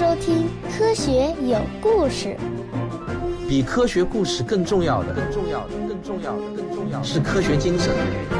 收听科学有故事。 比科学故事更重要的是科学精神。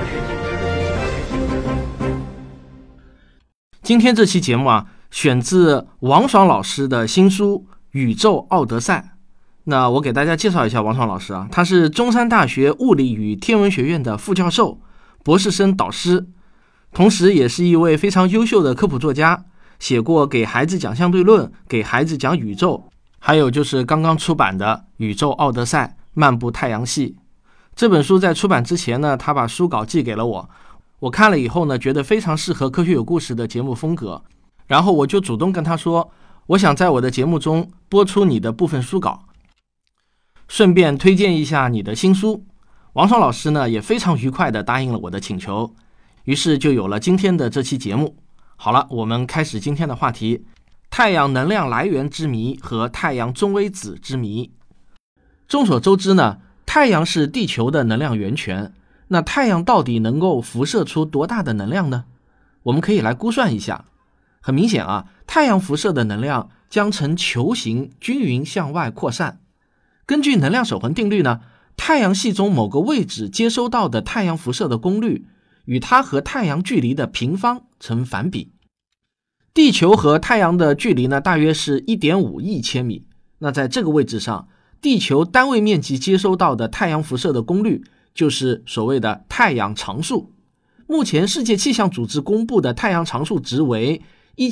今天这期节目选自王爽老师的新书《宇宙奥德赛》。那我给大家介绍一下王爽老师他是中山大学物理与天文学院的副教授、博士生导师，同时也是一位非常优秀的科普作家，写过给孩子讲相对论、给孩子讲宇宙，还有就是刚刚出版的《宇宙奥德赛：漫步太阳系》。这本书在出版之前呢，他把书稿寄给了我，我看了以后呢，觉得非常适合科学有故事的节目风格，然后我就主动跟他说，我想在我的节目中播出你的部分书稿，顺便推荐一下你的新书。王爽老师呢也非常愉快地答应了我的请求，于是就有了今天的这期节目。好了，我们开始今天的话题：太阳能量来源之谜和太阳中微子之谜。众所周知呢，太阳是地球的能量源泉。那太阳到底能够辐射出多大的能量呢？我们可以来估算一下。很明显太阳辐射的能量将呈球形均匀向外扩散。根据能量守恒定律呢，太阳系中某个位置接收到的太阳辐射的功率与它和太阳距离的平方成反比。地球和太阳的距离呢，大约是 1.5 亿千米。那在这个位置上，地球单位面积接收到的太阳辐射的功率就是所谓的太阳常数。目前世界气象组织公布的太阳常数值为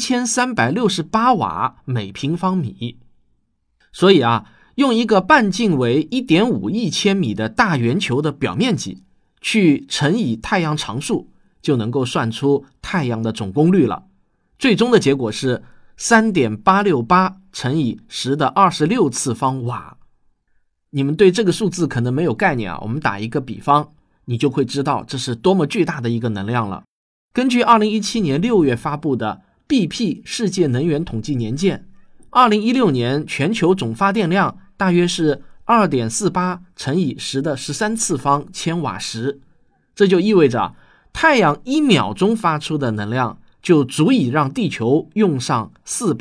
1368瓦每平方米。所以用一个半径为 1.5 亿千米的大圆球的表面积去乘以太阳常数，就能够算出太阳的总功率了。最终的结果是 3.868 乘以10的26次方瓦。你们对这个数字可能没有概念我们打一个比方，你就会知道这是多么巨大的一个能量了。根据2017年6月发布的 BP 世界能源统计年鉴，2016年全球总发电量大约是 2.48 乘以10的13次方千瓦时。这就意味着太阳1秒钟发出的能量就足以让地球用上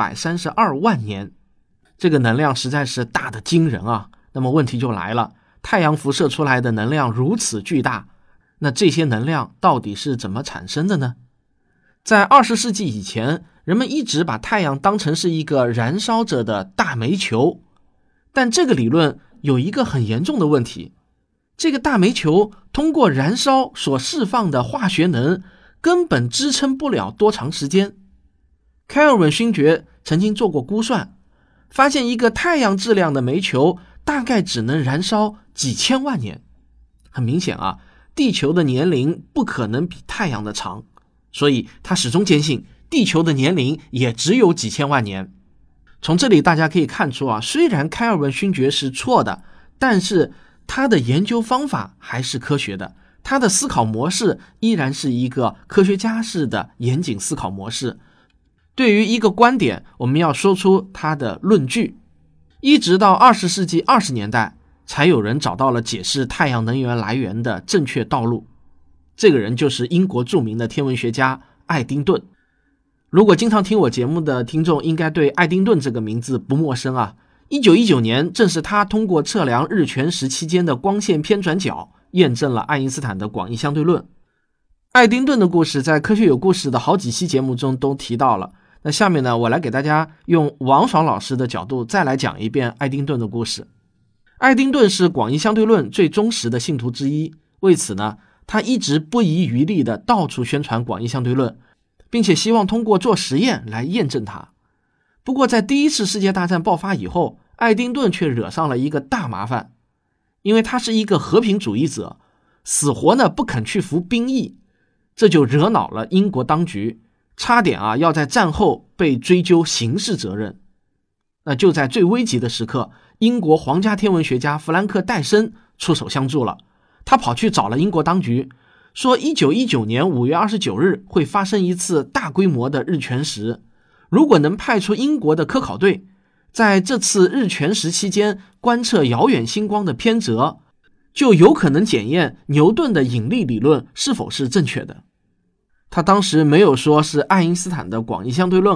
432万年。这个能量实在是大得惊人那么问题就来了，太阳辐射出来的能量如此巨大，那这些能量到底是怎么产生的呢？在20世纪以前，人们一直把太阳当成是一个燃烧着的大煤球，但这个理论有一个很严重的问题，这个大煤球通过燃烧所释放的化学能根本支撑不了多长时间。开尔文勋爵曾经做过估算，发现一个太阳质量的煤球大概只能燃烧几千万年。很明显地球的年龄不可能比太阳的长，所以他始终坚信地球的年龄也只有几千万年。从这里大家可以看出虽然开尔文勋爵是错的，但是他的研究方法还是科学的，他的思考模式依然是一个科学家式的严谨思考模式。对于一个观点，我们要说出他的论据。一直到20世纪20年代，才有人找到了解释太阳能源来源的正确道路。这个人就是英国著名的天文学家爱丁顿。如果经常听我节目的听众应该对爱丁顿这个名字不陌生1919年正是他通过测量日全食期间的光线偏转角，验证了爱因斯坦的广义相对论。爱丁顿的故事在科学有故事的好几期节目中都提到了。那下面呢，我来给大家用王爽老师的角度再来讲一遍爱丁顿的故事。爱丁顿是广义相对论最忠实的信徒之一，为此呢，他一直不遗余力地到处宣传广义相对论，并且希望通过做实验来验证它。不过在第一次世界大战爆发以后，爱丁顿却惹上了一个大麻烦，因为他是一个和平主义者，死活呢不肯去服兵役，这就惹恼了英国当局，差点要在战后被追究刑事责任。那就在最危急的时刻，英国皇家天文学家弗兰克·戴森出手相助了。他跑去找了英国当局，说1919年5月29日会发生一次大规模的日全食，如果能派出英国的科考队，在这次日全食期间观测遥远星光的偏折，就有可能检验牛顿的引力理论是否是正确的。他当时没有说是爱因斯坦的广义相对论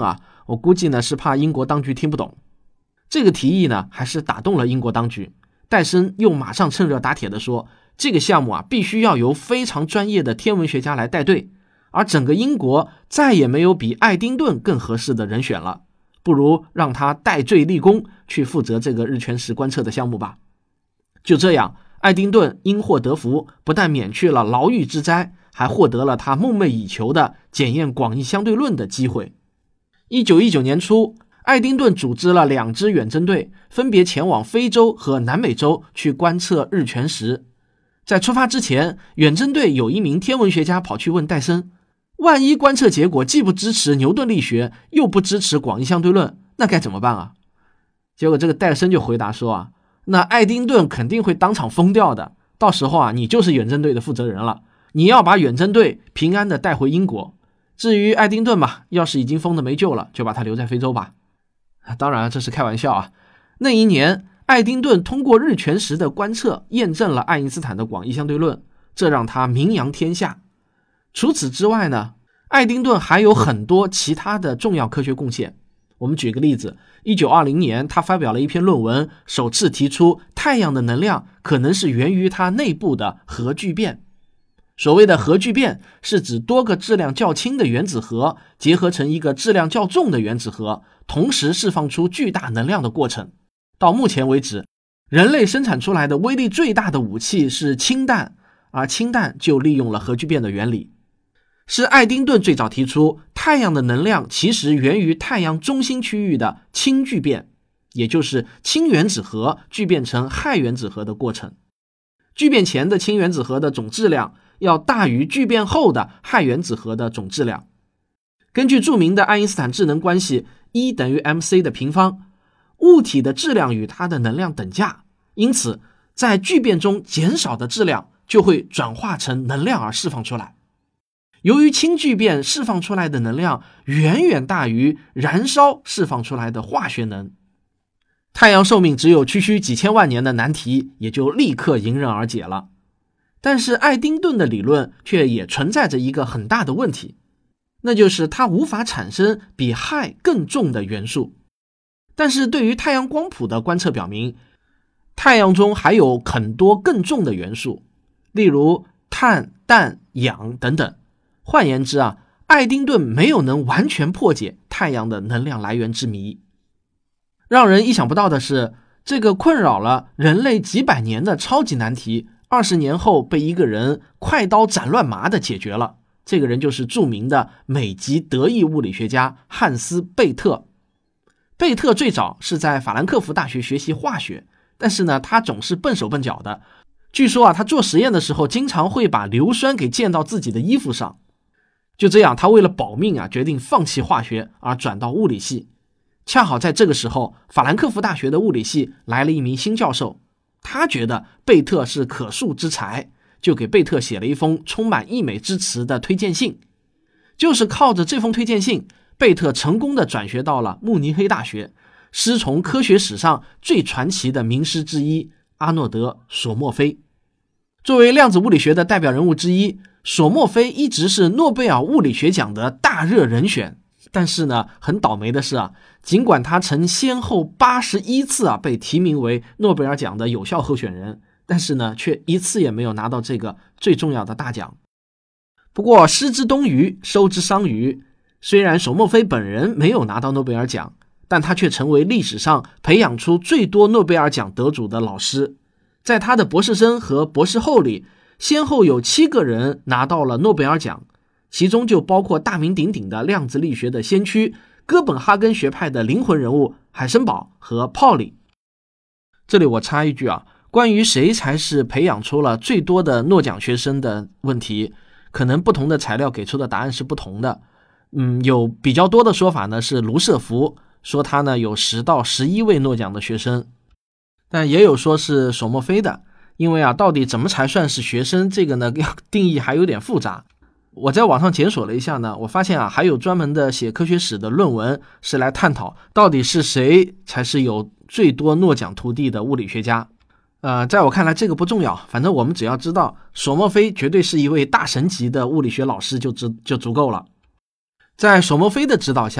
我估计呢是怕英国当局听不懂。这个提议呢还是打动了英国当局，戴森又马上趁热打铁地说，这个项目必须要由非常专业的天文学家来带队，而整个英国再也没有比爱丁顿更合适的人选了，不如让他戴罪立功，去负责这个日全食观测的项目吧。就这样，爱丁顿因祸得福，不但免去了牢狱之灾，还获得了他梦寐以求的检验广义相对论的机会。1919年初，爱丁顿组织了2支远征队，分别前往非洲和南美洲去观测日全食。在出发之前，远征队有一名天文学家跑去问戴森，万一观测结果既不支持牛顿力学，又不支持广义相对论，那该怎么办啊？结果这个戴森就回答说那爱丁顿肯定会当场疯掉的，到时候你就是远征队的负责人了，你要把远征队平安的带回英国。至于爱丁顿吧，要是已经疯的没救了，就把他留在非洲吧。当然这是开玩笑那一年爱丁顿通过日全食的观测验证了爱因斯坦的广义相对论，这让他名扬天下。除此之外呢，爱丁顿还有很多其他的重要科学贡献。我们举个例子，1920年他发表了一篇论文，首次提出太阳的能量可能是源于它内部的核聚变。所谓的核聚变是指多个质量较轻的原子核结合成一个质量较重的原子核，同时释放出巨大能量的过程。到目前为止，人类生产出来的威力最大的武器是氢弹，而氢弹就利用了核聚变的原理。是爱丁顿最早提出太阳的能量其实源于太阳中心区域的氢聚变，也就是氢原子核聚变成氦原子核的过程。聚变前的氢原子核的总质量要大于聚变后的氦原子核的总质量。根据著名的爱因斯坦质能关系 E 等于 mc 的平方，物体的质量与它的能量等价，因此在聚变中减少的质量就会转化成能量而释放出来。由于氢聚变释放出来的能量远远大于燃烧释放出来的化学能，太阳寿命只有区区几千万年的难题也就立刻迎刃而解了。但是爱丁顿的理论却也存在着一个很大的问题，那就是它无法产生比氦更重的元素。但是对于太阳光谱的观测表明，太阳中还有很多更重的元素，例如碳、氮、氧等等。换言之爱丁顿没有能完全破解太阳的能量来源之谜。让人意想不到的是，这个困扰了人类几百年的超级难题，20年后被一个人快刀斩乱麻的解决了。这个人就是著名的美籍德裔物理学家汉斯·贝特。贝特最早是在法兰克福大学学习化学，但是呢，他总是笨手笨脚的。据说他做实验的时候经常会把硫酸给溅到自己的衣服上。就这样，他为了保命决定放弃化学而转到物理系。恰好在这个时候，法兰克福大学的物理系来了一名新教授，他觉得贝特是可塑之才，就给贝特写了一封充满溢美之词的推荐信。就是靠着这封推荐信，贝特成功的转学到了慕尼黑大学，师从科学史上最传奇的名师之一阿诺德·索莫菲。作为量子物理学的代表人物之一，索莫菲一直是诺贝尔物理学奖的大热人选。但是呢，很倒霉的是尽管他曾先后81次被提名为诺贝尔奖的有效候选人，但是呢，却一次也没有拿到这个最重要的大奖。不过失之东隅，收之桑榆，虽然索莫菲本人没有拿到诺贝尔奖，但他却成为历史上培养出最多诺贝尔奖得主的老师。在他的博士生和博士后里，先后有7个人拿到了诺贝尔奖，其中就包括大名鼎鼎的量子力学的先驱，哥本哈根学派的灵魂人物海森堡和泡利。这里我插一句关于谁才是培养出了最多的诺奖学生的问题，可能不同的材料给出的答案是不同的。有比较多的说法呢是卢瑟福，说他呢有10到11位诺奖的学生，但也有说是索莫菲的。因为到底怎么才算是学生，这个呢定义还有点复杂。我在网上检索了一下呢，我发现还有专门的写科学史的论文是来探讨到底是谁才是有最多诺奖徒弟的物理学家。在我看来这个不重要，反正我们只要知道索莫菲绝对是一位大神级的物理学老师就足够了。在索莫菲的指导下，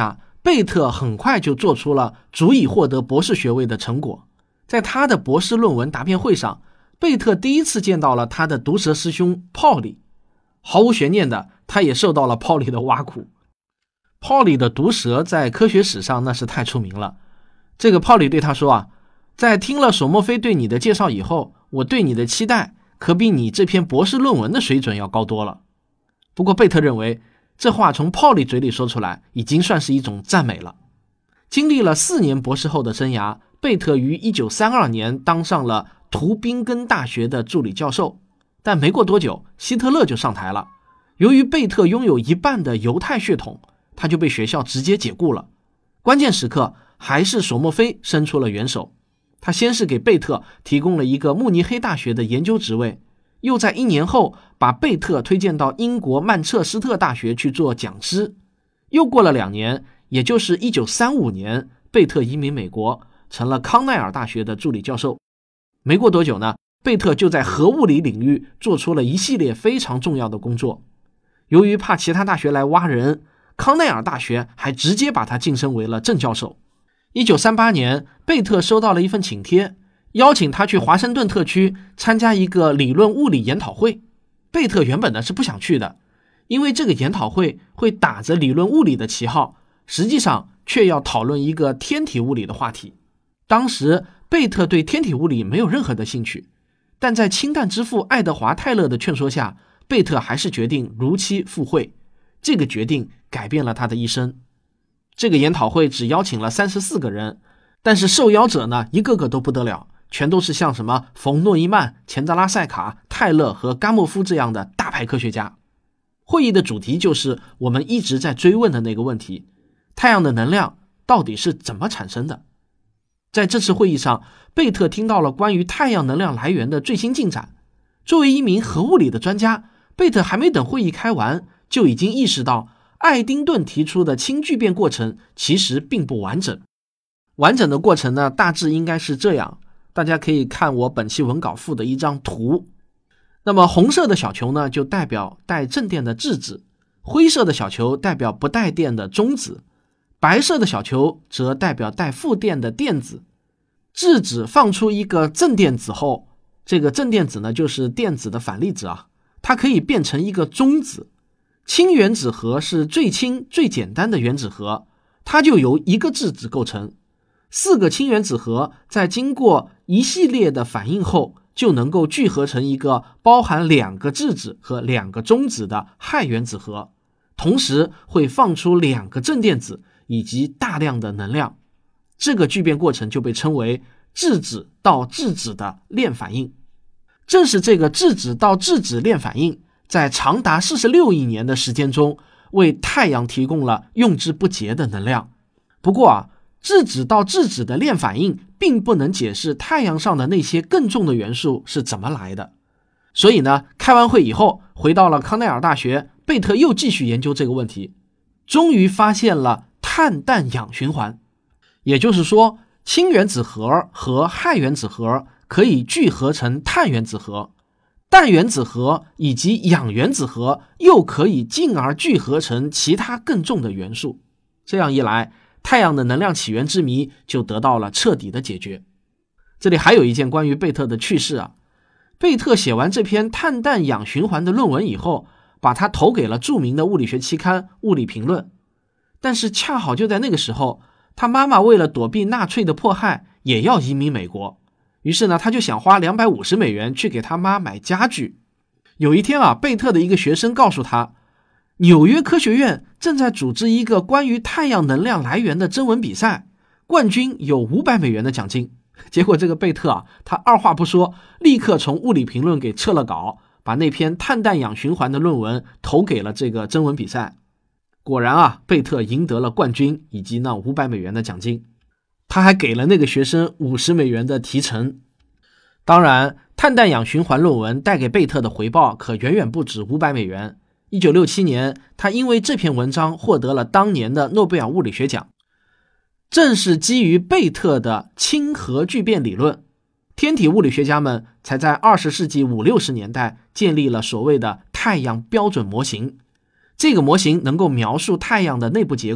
贝特很快就做出了足以获得博士学位的成果。在他的博士论文答辩会上，贝特第一次见到了他的毒舌师兄泡利。毫无悬念的，他也受到了泡利的挖苦。泡利的毒舌在科学史上那是太出名了。这个泡利对他说在听了索莫菲对你的介绍以后，我对你的期待可比你这篇博士论文的水准要高多了。不过贝特认为，这话从泡利嘴里说出来已经算是一种赞美了。经历了4年博士后的生涯，贝特于1932年当上了图宾根大学的助理教授。但没过多久，希特勒就上台了。由于贝特拥有一半的犹太血统，他就被学校直接解雇了。关键时刻还是索莫菲伸出了援手。他先是给贝特提供了一个慕尼黑大学的研究职位，又在1年后把贝特推荐到英国曼彻斯特大学去做讲师。又过了2年，也就是1935年，贝特移民美国，成了康奈尔大学的助理教授。没过多久呢，贝特就在核物理领域做出了一系列非常重要的工作。由于怕其他大学来挖人，康奈尔大学还直接把他晋升为了正教授。1938年，贝特收到了一份请帖，邀请他去华盛顿特区参加一个理论物理研讨会。贝特原本呢是不想去的，因为这个研讨会会打着理论物理的旗号，实际上却要讨论一个天体物理的话题。当时贝特对天体物理没有任何的兴趣，但在氢弹之父爱德华·泰勒的劝说下，贝特还是决定如期赴会。这个决定改变了他的一生。这个研讨会只邀请了34个人，但是受邀者呢，一个个都不得了，全都是像什么冯诺依曼、钱德拉塞卡、泰勒和甘莫夫这样的大牌科学家。会议的主题就是我们一直在追问的那个问题：太阳的能量到底是怎么产生的？在这次会议上，贝特听到了关于太阳能量来源的最新进展。作为一名核物理的专家，贝特还没等会议开完，就已经意识到爱丁顿提出的氢聚变过程其实并不完整。完整的过程呢，大致应该是这样，大家可以看我本期文稿附的一张图。那么红色的小球呢，就代表带正电的质子，灰色的小球代表不带电的中子，白色的小球则代表带负电的电子。质子放出一个正电子后，这个正电子呢就是电子的反粒子它可以变成一个中子。氢原子核是最轻最简单的原子核，它就由一个质子构成。4个氢原子核在经过一系列的反应后，就能够聚合成一个包含2个质子和2个中子的氦原子核，同时会放出2个正电子以及大量的能量。这个聚变过程就被称为质子到质子的链反应。正是这个质子到质子链反应，在长达46亿年的时间中，为太阳提供了用之不竭的能量。不过质子到质子的链反应并不能解释太阳上的那些更重的元素是怎么来的。所以呢，开完会以后，回到了康奈尔大学，贝特又继续研究这个问题，终于发现了碳氮氧循环。也就是说，氢原子核和氦原子核可以聚合成碳原子核，氮原子核以及氧原子核又可以进而聚合成其他更重的元素。这样一来，太阳的能量起源之谜就得到了彻底的解决。这里还有一件关于贝特的趣事贝特写完这篇碳氮氧循环的论文以后，把它投给了著名的物理学期刊《物理评论》。但是恰好就在那个时候，他妈妈为了躲避纳粹的迫害，也要移民美国。于是呢，他就想花250美元去给他妈买家具。有一天贝特的一个学生告诉他，纽约科学院正在组织一个关于太阳能量来源的征文比赛，冠军有500美元的奖金。结果这个贝特他二话不说，立刻从物理评论给撤了稿，把那篇碳氮氧循环的论文投给了这个征文比赛。果然贝特赢得了冠军以及那500美元的奖金。他还给了那个学生50美元的提成。当然，碳氮氧循环论文带给贝特的回报可远远不止500美元。1967年，他因为这篇文章获得了当年的诺贝尔物理学奖。正是基于贝特的氢核聚变理论，天体物理学家们才在20世纪50、60年代建立了所谓的太阳标准模型。这个模型能够描述太阳的内部结构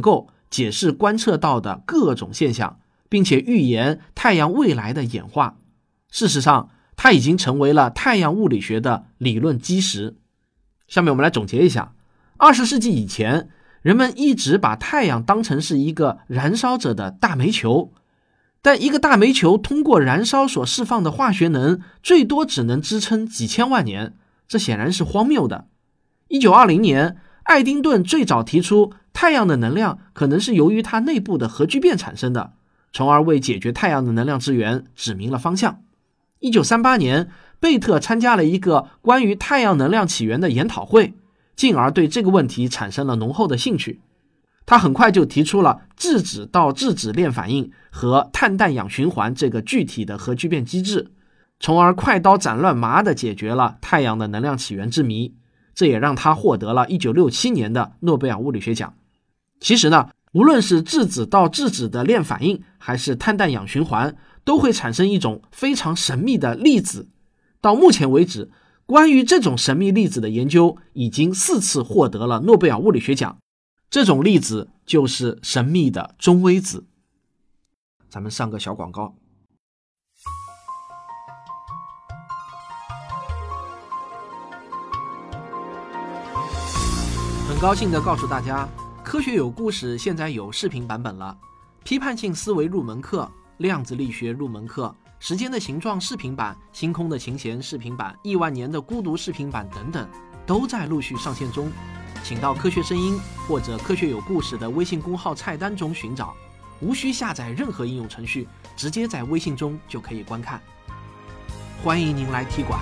解释观测到的各种现象，并且预言太阳未来的演化。事实上，它已经成为了太阳物理学的理论基石。下面我们来总结一下，20世纪以前，人们一直把太阳当成是一个燃烧着的大煤球，但一个大煤球通过燃烧所释放的化学能最多只能支撑几千万年，这显然是荒谬的。1920年，爱丁顿最早提出太阳的能量可能是由于它内部的核聚变产生的，从而为解决太阳的能量资源指明了方向。1938年，贝特参加了一个关于太阳能量起源的研讨会，进而对这个问题产生了浓厚的兴趣。他很快就提出了质子到质子链反应和碳氮氧循环这个具体的核聚变机制，从而快刀斩乱麻地解决了太阳的能量起源之谜。这也让他获得了1967年的诺贝尔物理学奖。其实呢，无论是质子到质子的链反应，还是碳氮氧循环，都会产生一种非常神秘的粒子。到目前为止，关于这种神秘粒子的研究已经4次获得了诺贝尔物理学奖。这种粒子就是神秘的中微子。咱们上个小广告。很高兴地告诉大家，科学有故事现在有视频版本了。批判性思维入门课、量子力学入门课、时间的形状视频版、星空的琴弦视频版、亿万年的孤独视频版等等，都在陆续上线中。请到科学声音或者科学有故事的微信公号菜单中寻找，无需下载任何应用程序，直接在微信中就可以观看。欢迎您来踢馆。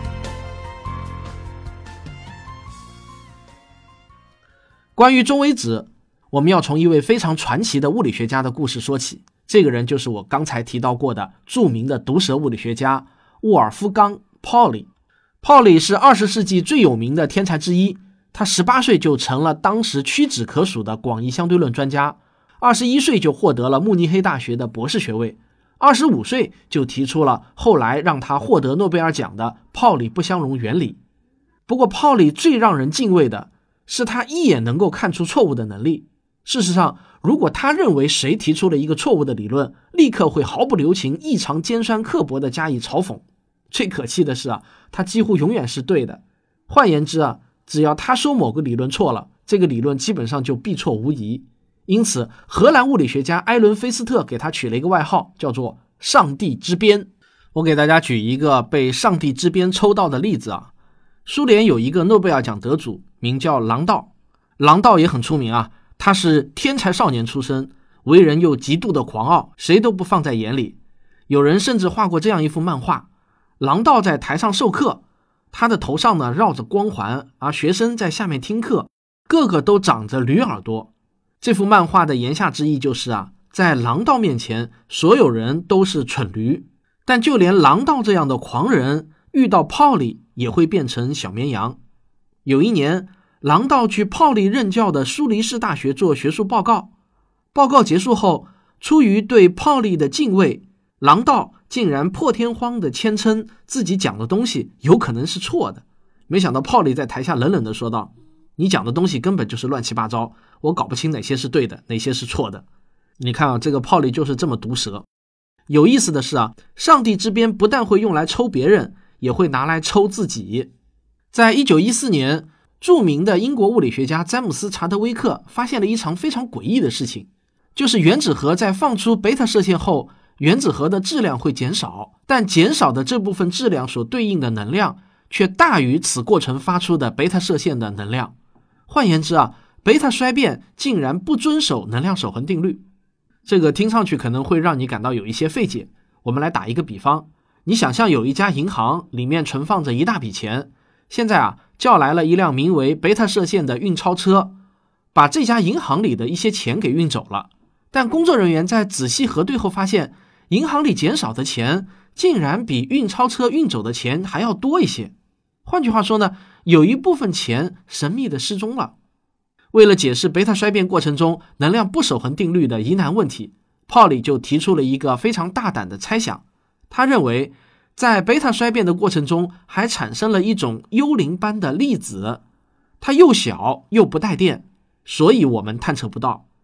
关于中微子，我们要从一位非常传奇的物理学家的故事说起。这个人就是我刚才提到过的著名的毒蛇物理学家沃尔夫冈·泡利。泡利是20世纪最有名的天才之一，他18岁就成了当时屈指可数的广义相对论专家，21岁就获得了慕尼黑大学的博士学位，25岁就提出了后来让他获得诺贝尔奖的泡利不相容原理。不过泡利最让人敬畏的是他一眼能够看出错误的能力。事实上，如果他认为谁提出了一个错误的理论，立刻会毫不留情、异常尖酸刻薄地加以嘲讽。最可气的是他几乎永远是对的。换言之只要他说某个理论错了，这个理论基本上就必错无疑。因此，荷兰物理学家埃伦·菲斯特给他取了一个外号，叫做上帝之鞭。我给大家举一个被上帝之鞭抽到的例子苏联有一个诺贝尔奖得主，名叫郎道。郎道也很出名他是天才少年出身，为人又极度的狂傲，谁都不放在眼里。有人甚至画过这样一幅漫画，郎道在台上授课，他的头上呢绕着光环，而学生在下面听课，个个都长着驴耳朵。这幅漫画的言下之意就是在郎道面前，所有人都是蠢驴，但就连郎道这样的狂人，遇到泡利也会变成小绵羊。有一年，郎道去泡利任教的苏黎世大学做学术报告，报告结束后，出于对泡利的敬畏，郎道竟然破天荒地谦称自己讲的东西有可能是错的。没想到泡利在台下冷冷地说道：“你讲的东西根本就是乱七八糟，我搞不清哪些是对的，哪些是错的。”你看这个泡利就是这么毒舌。有意思的是上帝之鞭不但会用来抽别人，也会拿来抽自己。在1914年，著名的英国物理学家詹姆斯·查德威克发现了一场非常诡异的事情，就是原子核在放出贝塔射线后，原子核的质量会减少，但减少的这部分质量所对应的能量却大于此过程发出的贝塔射线的能量。换言之贝塔衰变竟然不遵守能量守恒定律。这个听上去可能会让你感到有一些费解。我们来打一个比方，你想象有一家银行，里面存放着一大笔钱，现在叫来了一辆名为贝塔射线的运钞车，把这家银行里的一些钱给运走了。但工作人员在仔细核对后发现，银行里减少的钱竟然比运钞车运走的钱还要多一些。换句话说呢，有一部分钱神秘的失踪了。为了解释贝塔衰变过程中能量不守恒定律的疑难问题，泡利就提出了一个非常大胆的猜想。他认为在贝塔衰变的过程中还产生了一种幽灵般的粒子，它又小又不带电，所以我们探测不到。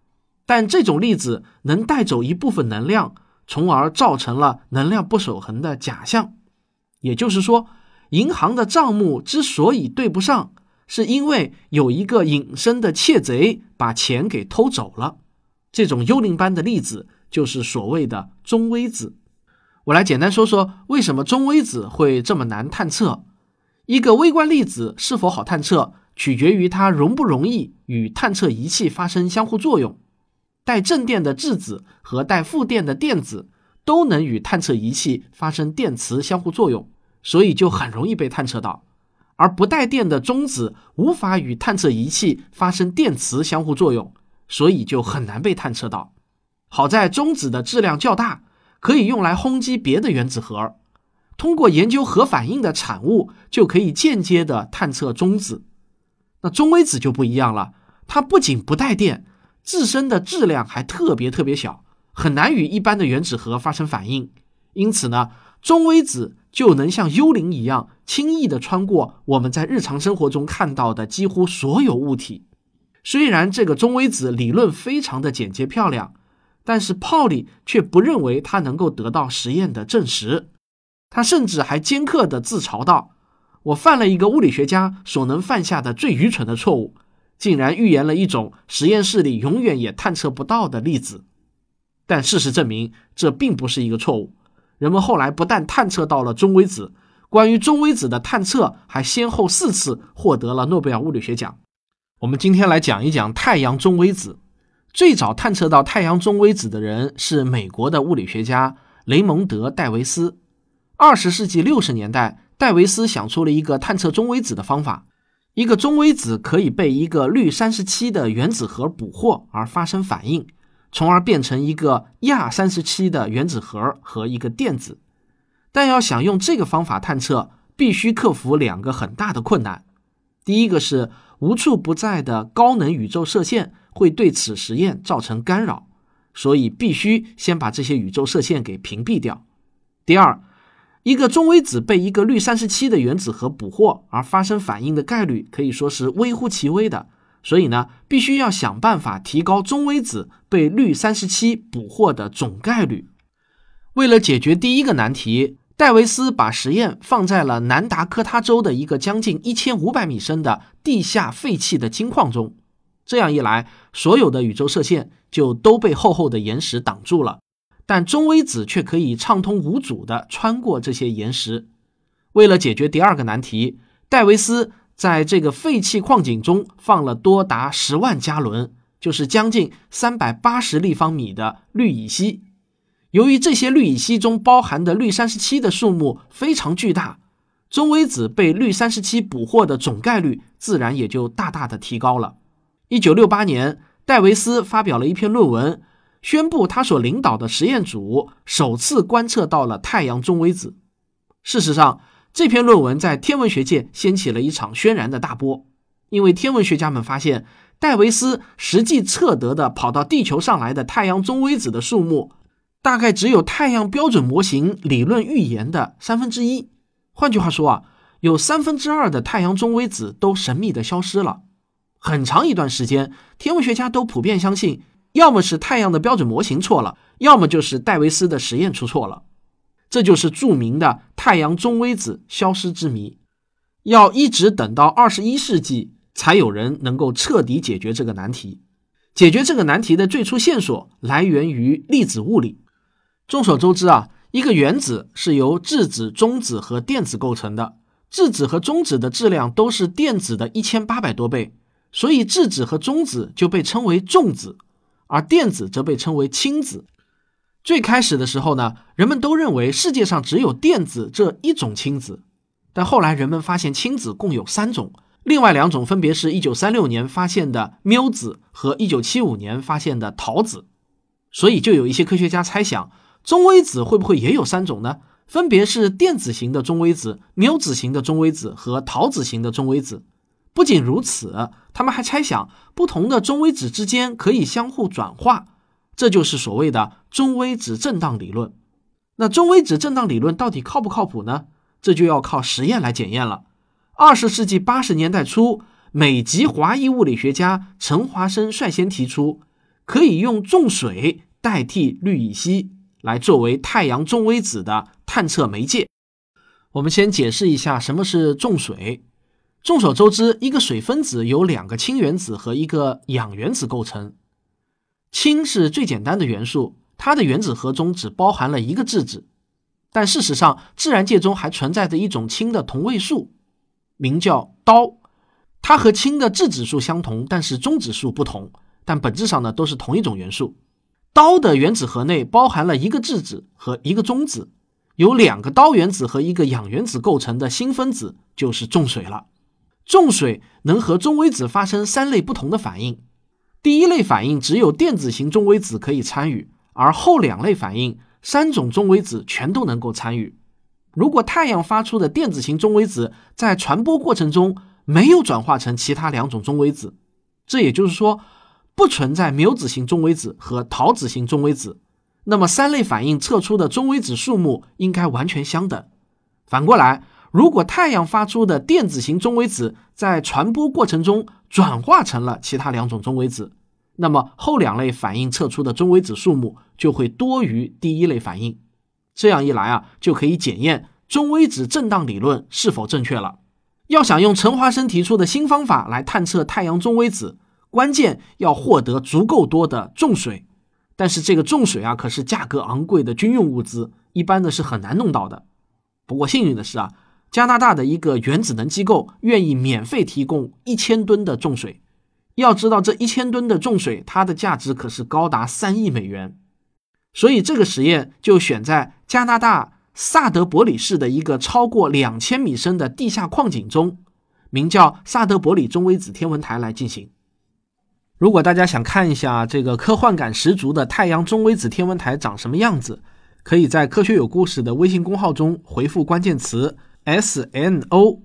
但这种粒子能带走一部分能量，从而造成了能量不守恒的假象。也就是说，银行的账目之所以对不上，是因为有一个隐身的窃贼把钱给偷走了。这种幽灵般的粒子就是所谓的中微子。我来简单说说为什么中微子会这么难探测。一个微观粒子是否好探测，取决于它容不容易与探测仪器发生相互作用。带正电的质子和带负电的电子都能与探测仪器发生电磁相互作用，所以就很容易被探测到。而不带电的中子无法与探测仪器发生电磁相互作用，所以就很难被探测到。好在中子的质量较大，可以用来轰击别的原子核。通过研究核反应的产物，就可以间接的探测中子。那中微子就不一样了，它不仅不带电，自身的质量还特别小，很难与一般的原子核发生反应。因此呢，中微子就能像幽灵一样轻易地穿过我们在日常生活中看到的几乎所有物体。虽然这个中微子理论非常的简洁漂亮，但是泡利却不认为它能够得到实验的证实。他甚至还尖刻地自嘲道，我犯了一个物理学家所能犯下的最愚蠢的错误，竟然预言了一种实验室里永远也探测不到的粒子。但事实证明，这并不是一个错误。人们后来不但探测到了中微子，关于中微子的探测还先后4次获得了诺贝尔物理学奖。我们今天来讲一讲太阳中微子。最早探测到太阳中微子的人是美国的物理学家雷蒙德·戴维斯。20世纪60年代，戴维斯想出了一个探测中微子的方法。一个中微子可以被一个氯37的原子核捕获而发生反应，从而变成一个氩37的原子核和一个电子。但要想用这个方法探测，必须克服2个很大的困难。第一个是无处不在的高能宇宙射线会对此实验造成干扰，所以必须先把这些宇宙射线给屏蔽掉。第二，一个中微子被一个氯37的原子核捕获而发生反应的概率可以说是微乎其微的，所以呢，必须要想办法提高中微子被氯37捕获的总概率。为了解决第一个难题，戴维斯把实验放在了南达科他州的一个将近1500米深的地下废弃的金矿中。这样一来，所有的宇宙射线就都被厚厚的岩石挡住了，但中微子却可以畅通无阻地穿过这些岩石。为了解决第2个难题，戴维斯在这个废弃矿井中放了多达10万加仑，就是将近380立方米的氯乙烯。由于这些氯乙烯中包含的氯37的数目非常巨大，中微子被氯37捕获的总概率自然也就大大的提高了。1968年，戴维斯发表了一篇论文，宣布他所领导的实验组首次观测到了太阳中微子。事实上，这篇论文在天文学界掀起了一场轩然的大波，因为天文学家们发现，戴维斯实际测得的跑到地球上来的太阳中微子的数目，大概只有太阳标准模型理论预言的1/3。换句话说有2/3的太阳中微子都神秘地消失了。很长一段时间，天文学家都普遍相信，要么是太阳的标准模型错了，要么就是戴维斯的实验出错了。这就是著名的太阳中微子消失之谜。要一直等到21世纪，才有人能够彻底解决这个难题。解决这个难题的最初线索来源于粒子物理。众所周知一个原子是由质子、中子和电子构成的，质子和中子的质量都是电子的1800多倍，所以质子和中子就被称为重子，而电子则被称为轻子。最开始的时候呢，人们都认为世界上只有电子这一种轻子，但后来人们发现轻子共有3种，另外2种分别是1936年发现的缪子和1975年发现的陶子。所以就有一些科学家猜想，中微子会不会也有3种呢？分别是电子型的中微子、缪子型的中微子和陶子型的中微子。不仅如此，他们还猜想不同的中微子之间可以相互转化，这就是所谓的中微子振荡理论。那中微子振荡理论到底靠不靠谱呢？这就要靠实验来检验了。20世纪80年代初，美籍华裔物理学家陈华生率先提出， 可以用重水代替氯乙烯来作为太阳中微子的探测媒介。我们先解释一下什么是重水。众所周知，一个水分子由2个氢原子和1个氧原子构成。氢是最简单的元素，它的原子核中只包含了1个质子。但事实上，自然界中还存在着一种氢的同位素，名叫氘。它和氢的质子数相同，但是中子数不同，但本质上呢都是同一种元素。氘的原子核内包含了1个质子和1个中子，由2个氘原子和1个氧原子构成的新分子就是重水了。重水能和中微子发生3类不同的反应。第一类反应只有电子型中微子可以参与，而后2类反应3种中微子全都能够参与。如果太阳发出的电子型中微子在传播过程中没有转化成其他2种中微子，这也就是说不存在繆子型中微子和陶子型中微子，那么3类反应测出的中微子数目应该完全相等。反过来，如果太阳发出的电子型中微子在传播过程中转化成了其他2种中微子，那么后2类反应测出的中微子数目就会多于第一类反应。这样一来就可以检验中微子振荡理论是否正确了。要想用陈华生提出的新方法来探测太阳中微子，关键要获得足够多的重水。但是这个重水可是价格昂贵的军用物资，一般的是很难弄到的。不过幸运的是加拿大的一个原子能机构愿意免费提供1000吨的重水。要知道这1000吨的重水，它的价值可是高达3亿美元。所以这个实验就选在加拿大萨德伯里市的一个超过2000米深的地下矿井中，名叫萨德伯里中微子天文台来进行。如果大家想看一下这个科幻感十足的太阳中微子天文台长什么样子，可以在科学有故事的微信公号中回复关键词 SNO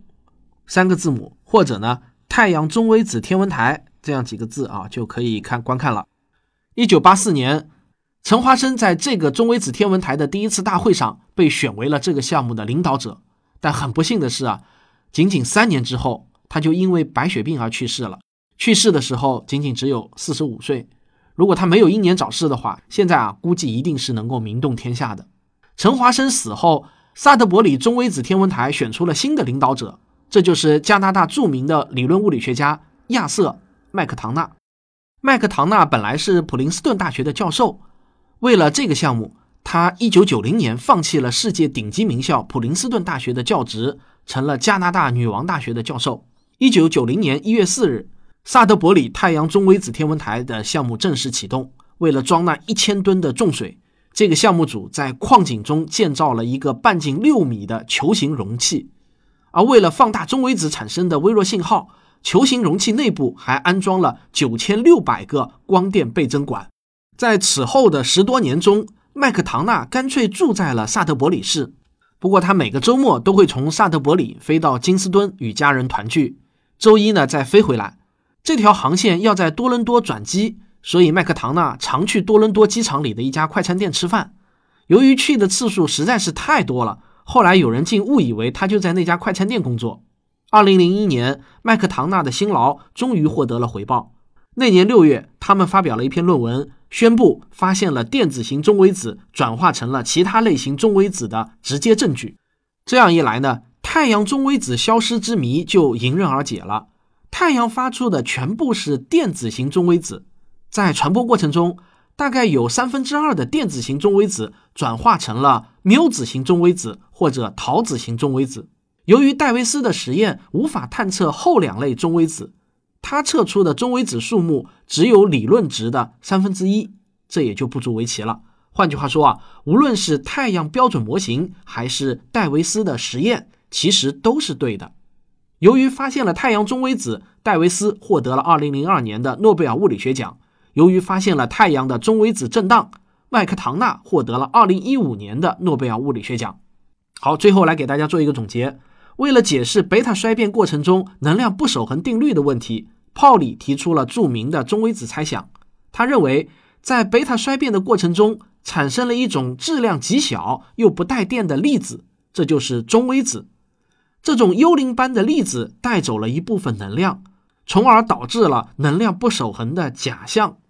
3个字母，或者呢太阳中微子天文台这样几个字就可以观看了。1984年，陈华生在这个中微子天文台的第一次大会上被选为了这个项目的领导者，但很不幸的是仅仅3年之后，他就因为白血病而去世了。去世的时候仅仅只有45岁。如果他没有英年早逝的话，现在估计一定是能够名动天下的。陈华生死后，萨德伯里中微子天文台选出了新的领导者，这就是加拿大著名的理论物理学家亚瑟·麦克唐纳。麦克唐纳本来是普林斯顿大学的教授，为了这个项目，他1990年放弃了世界顶级名校普林斯顿大学的教职，成了加拿大女王大学的教授。1990年1月4日，萨德伯里太阳中微子天文台的项目正式启动。为了装那1000吨的重水，这个项目组在矿井中建造了一个半径6米的球形容器，而为了放大中微子产生的微弱信号，球形容器内部还安装了9600个光电倍增管。在此后的10多年中，麦克唐纳干脆住在了萨德伯里市。不过他每个周末都会从萨德伯里飞到金斯敦与家人团聚，周一呢再飞回来。这条航线要在多伦多转机，所以麦克唐纳常去多伦多机场里的一家快餐店吃饭。由于去的次数实在是太多了，后来有人竟误以为他就在那家快餐店工作。2001年，麦克唐纳的辛劳终于获得了回报。那年6月，他们发表了一篇论文，宣布发现了电子型中微子转化成了其他类型中微子的直接证据。这样一来呢，太阳中微子消失之谜就迎刃而解了。太阳发出的全部是电子型中微子，在传播过程中，大概有2/3的电子型中微子转化成了繆子型中微子或者陶子型中微子。由于戴维斯的实验无法探测后2类中微子，他测出的中微子数目只有理论值的1/3，这也就不足为奇了。换句话说无论是太阳标准模型还是戴维斯的实验，其实都是对的。由于发现了太阳中微子，戴维斯获得了2002年的诺贝尔物理学奖。由于发现了太阳的中微子振荡，麦克唐纳获得了2015年的诺贝尔物理学奖。好，最后来给大家做一个总结。为了解释贝塔衰变过程中能量不守恒定律的问题，泡里提出了著名的中微子猜想。他认为在贝塔衰变的过程中产生了一种质量极小又不带电的粒子，这就是中微子。这种幽灵般的粒子带走了一部分能量，从而导致了能量不守恒的假象。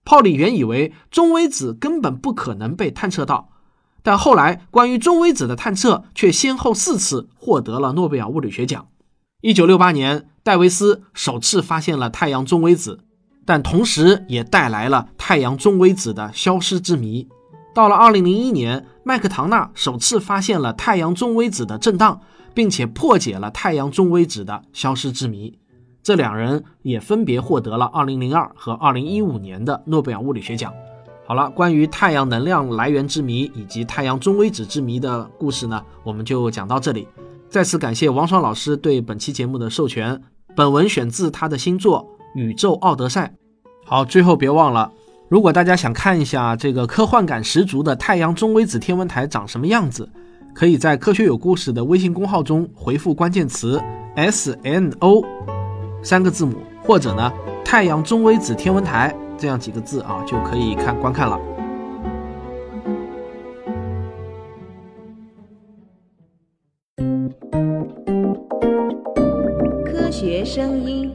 泡利原以为中微子根本不可能被探测到，但后来关于中微子的探测却先后4次获得了诺贝尔物理学奖。1968年，戴维斯首次发现了太阳中微子，但同时也带来了太阳中微子的消失之谜。到了2001年，麦克唐纳首次发现了太阳中微子的震荡，并且破解了太阳中微子的消失之谜。这2人也分别获得了2002和2015年的诺贝尔物理学奖。好了，关于太阳能量来源之谜以及太阳中微子之谜的故事呢，我们就讲到这里。再次感谢王爽老师对本期节目的授权，本文选自他的新作《宇宙奥德赛》。好，最后别忘了，如果大家想看一下这个科幻感十足的太阳中微子天文台长什么样子，可以在科学有故事的微信公号中回复关键词 SNO 3个字母，或者呢太阳中微子天文台这样几个字啊，就可以观看了。 科学声音，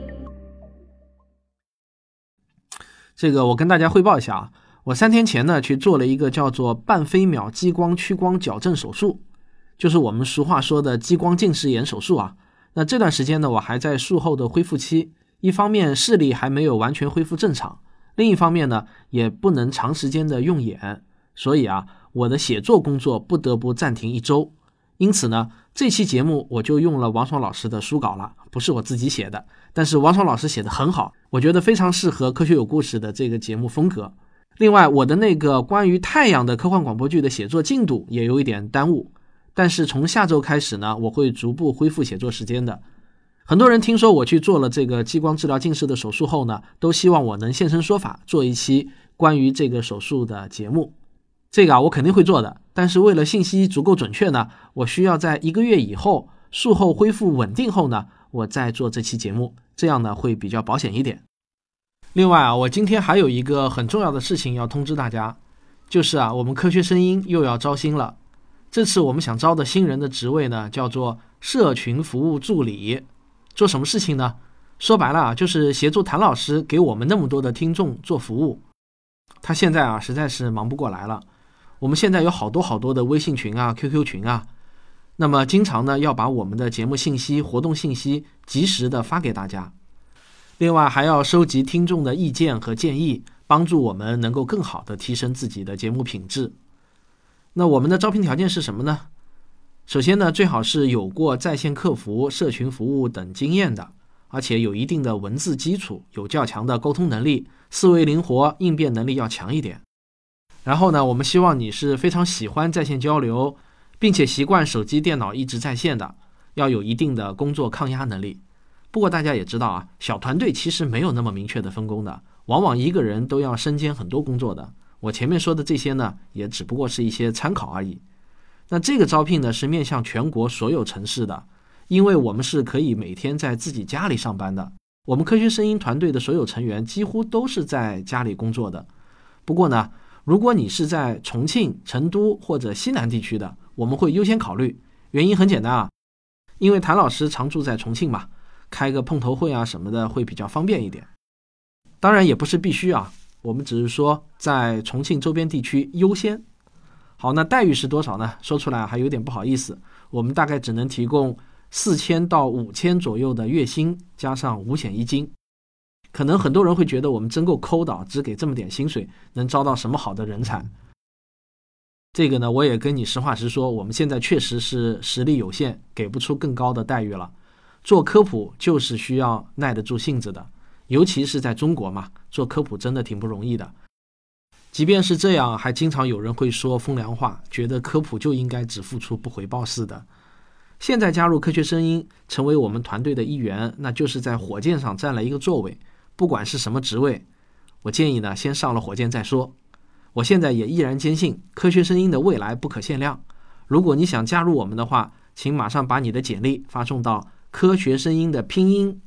这个我跟大家汇报一下啊，我3天前呢去做了一个叫做半飞秒激光屈光矫正手术，就是我们俗话说的激光近视眼手术啊。那这段时间呢，我还在术后的恢复期，一方面视力还没有完全恢复正常，另一方面呢也不能长时间的用眼，所以啊我的写作工作不得不暂停1周。因此呢这期节目我就用了王爽老师的书稿了，不是我自己写的，但是王爽老师写的很好，我觉得非常适合科学有故事的这个节目风格。另外我的那个关于太阳的科幻广播剧的写作进度也有一点耽误，但是从下周开始呢，我会逐步恢复写作时间的。很多人听说我去做了这个激光治疗近视的手术后呢，都希望我能现身说法，做一期关于这个手术的节目。这个我肯定会做的，但是为了信息足够准确呢，我需要在1个月以后，术后恢复稳定后呢，我再做这期节目，这样呢会比较保险一点。另外我今天还有一个很重要的事情要通知大家，就是我们科学声音又要招新了。这次我们想招的新人的职位呢，叫做社群服务助理。做什么事情呢？说白了就是协助谭老师给我们那么多的听众做服务。他现在实在是忙不过来了。我们现在有好多的微信群QQ 群那么经常呢要把我们的节目信息、活动信息及时的发给大家。另外还要收集听众的意见和建议，帮助我们能够更好的提升自己的节目品质。那我们的招聘条件是什么呢？首先呢，最好是有过在线客服、社群服务等经验的，而且有一定的文字基础，有较强的沟通能力，思维灵活，应变能力要强一点。然后呢，我们希望你是非常喜欢在线交流，并且习惯手机、电脑一直在线的，要有一定的工作抗压能力。不过大家也知道小团队其实没有那么明确的分工的，往往一个人都要身兼很多工作的。我前面说的这些呢，也只不过是一些参考而已。那这个招聘呢，是面向全国所有城市的，因为我们是可以每天在自己家里上班的。我们科学声音团队的所有成员几乎都是在家里工作的。不过呢，如果你是在重庆、成都或者西南地区的，我们会优先考虑。原因很简单因为谭老师常住在重庆嘛，开个碰头会什么的会比较方便一点。当然也不是必须我们只是说在重庆周边地区优先。好，那待遇是多少呢？说出来还有点不好意思，我们大概只能提供4000到5000左右的月薪，加上五险一金。可能很多人会觉得我们真够抠的，只给这么点薪水，能招到什么好的人才？这个呢，我也跟你实话实说，我们现在确实是实力有限，给不出更高的待遇了。做科普就是需要耐得住性子的，尤其是在中国嘛，做科普真的挺不容易的。即便是这样，还经常有人会说风凉话，觉得科普就应该只付出不回报似的。现在加入科学声音，成为我们团队的一员，那就是在火箭上占了一个座位。不管是什么职位，我建议呢，先上了火箭再说。我现在也依然坚信，科学声音的未来不可限量。如果你想加入我们的话，请马上把你的简历发送到科学声音的拼音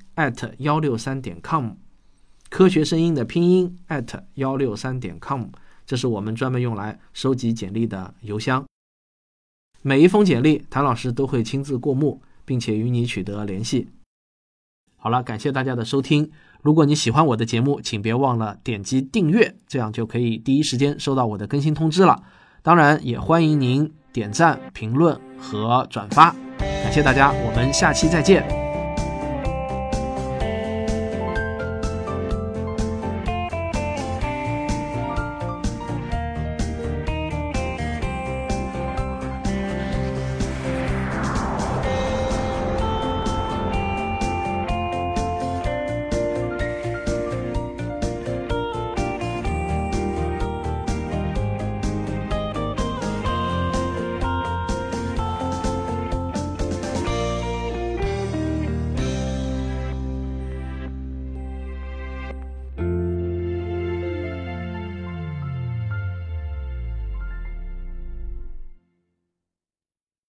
@163.com。科学声音的拼音 @163.com， 这是我们专门用来收集简历的邮箱。每一封简历谭老师都会亲自过目，并且与你取得联系。 好了，感谢大家的收听。如果你喜欢我的节目，请别忘了点击订阅，这样就可以第一时间收到我的更新通知了。当然也欢迎您点赞、评论和转发。感谢大家，我们下期再见。